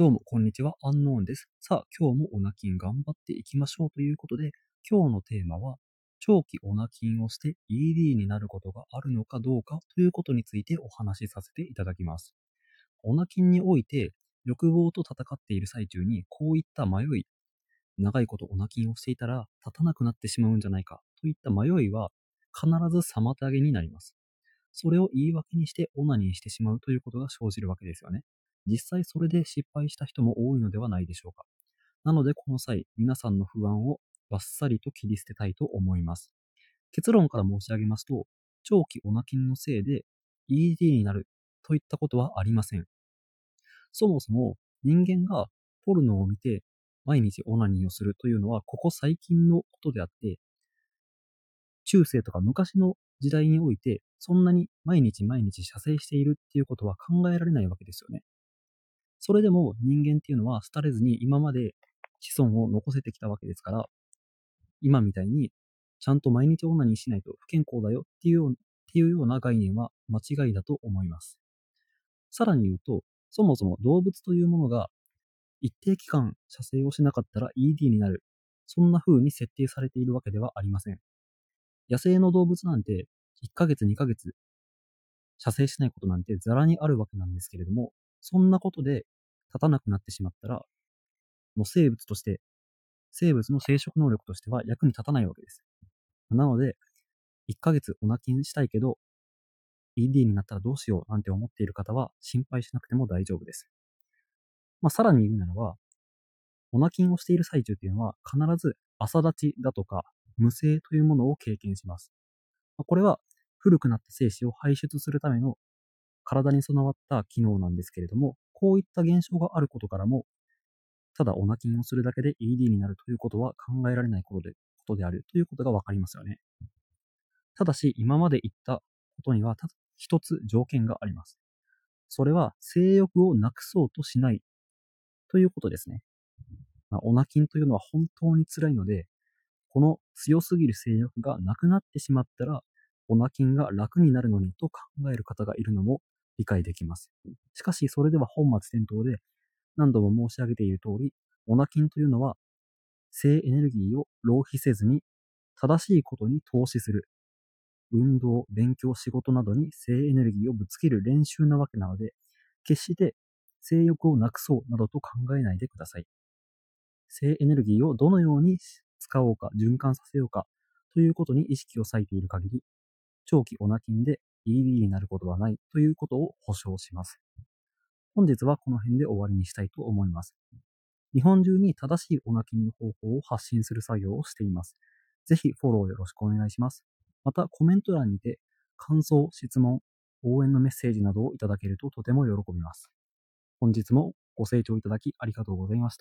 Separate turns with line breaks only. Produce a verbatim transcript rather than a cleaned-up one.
どうも、こんにちは。アンノーンです。さあ、今日もオナキン頑張っていきましょうということで、今日のテーマは、長期オナキンをして イーディー になることがあるのかどうかということについてお話しさせていただきます。オナキンにおいて、欲望と戦っている最中に、こういった迷い、長いことオナキンをしていたら立たなくなってしまうんじゃないかといった迷いは、必ず妨げになります。それを言い訳にしてオナニーしてしまうということが生じるわけですよね。実際それで失敗した人も多いのではないでしょうか。なのでこの際、皆さんの不安をバッサリと切り捨てたいと思います。結論から申し上げますと、長期オナキンのせいで イーディー になるといったことはありません。そもそも人間がポルノを見て毎日オナニーをするというのはここ最近のことであって、中世とか昔の時代において、そんなに毎日毎日射精しているっていうことは考えられないわけですよね。それでも人間っていうのは廃れずに今まで子孫を残せてきたわけですから、今みたいにちゃんと毎日オナニーしないと不健康だよっていうようっていうような概念は間違いだと思います。さらに言うと、そもそも動物というものが一定期間射精をしなかったら イーディー になる。そんな風に設定されているわけではありません。野生の動物なんていっかげつにかげつ射精しないことなんてザラにあるわけなんですけれども、そんなことで立たなくなってしまったら、もう生物として、生物の生殖能力としては役に立たないわけです。なので、いっかげつオナキンしたいけど、イーディー になったらどうしようなんて思っている方は心配しなくても大丈夫です。まあ、さらに言うならば、オナキンをしている最中っていうのは必ず朝立ちだとか無精というものを経験します。まあこれは古くなった精子を排出するための体に備わった機能なんですけれども、こういった現象があることからも、ただオナキンをするだけで イーディー になるということは考えられないことで、ことであるということがわかりますよね。ただし、今まで言ったことには、ただ一つ条件があります。それは、性欲をなくそうとしないということですね。まあ、オナキンというのは本当に辛いので、この強すぎる性欲がなくなってしまったら、オナキンが楽になるのにと考える方がいるのも理解できます。しかし、それでは本末転倒で、何度も申し上げている通り、オナキンというのは、性エネルギーを浪費せずに、正しいことに投資する。運動、勉強、仕事などに性エネルギーをぶつける練習なわけなので、決して性欲をなくそうなどと考えないでください。性エネルギーをどのように使おうか、循環させようかということに意識を割いている限り、長期オナキンで イーディー になることはないということを保証します。本日はこの辺で終わりにしたいと思います。日本中に正しいオナキンの方法を発信する作業をしています。ぜひフォローよろしくお願いします。またコメント欄にて感想、質問、応援のメッセージなどをいただけるととても喜びます。本日もご清聴いただきありがとうございました。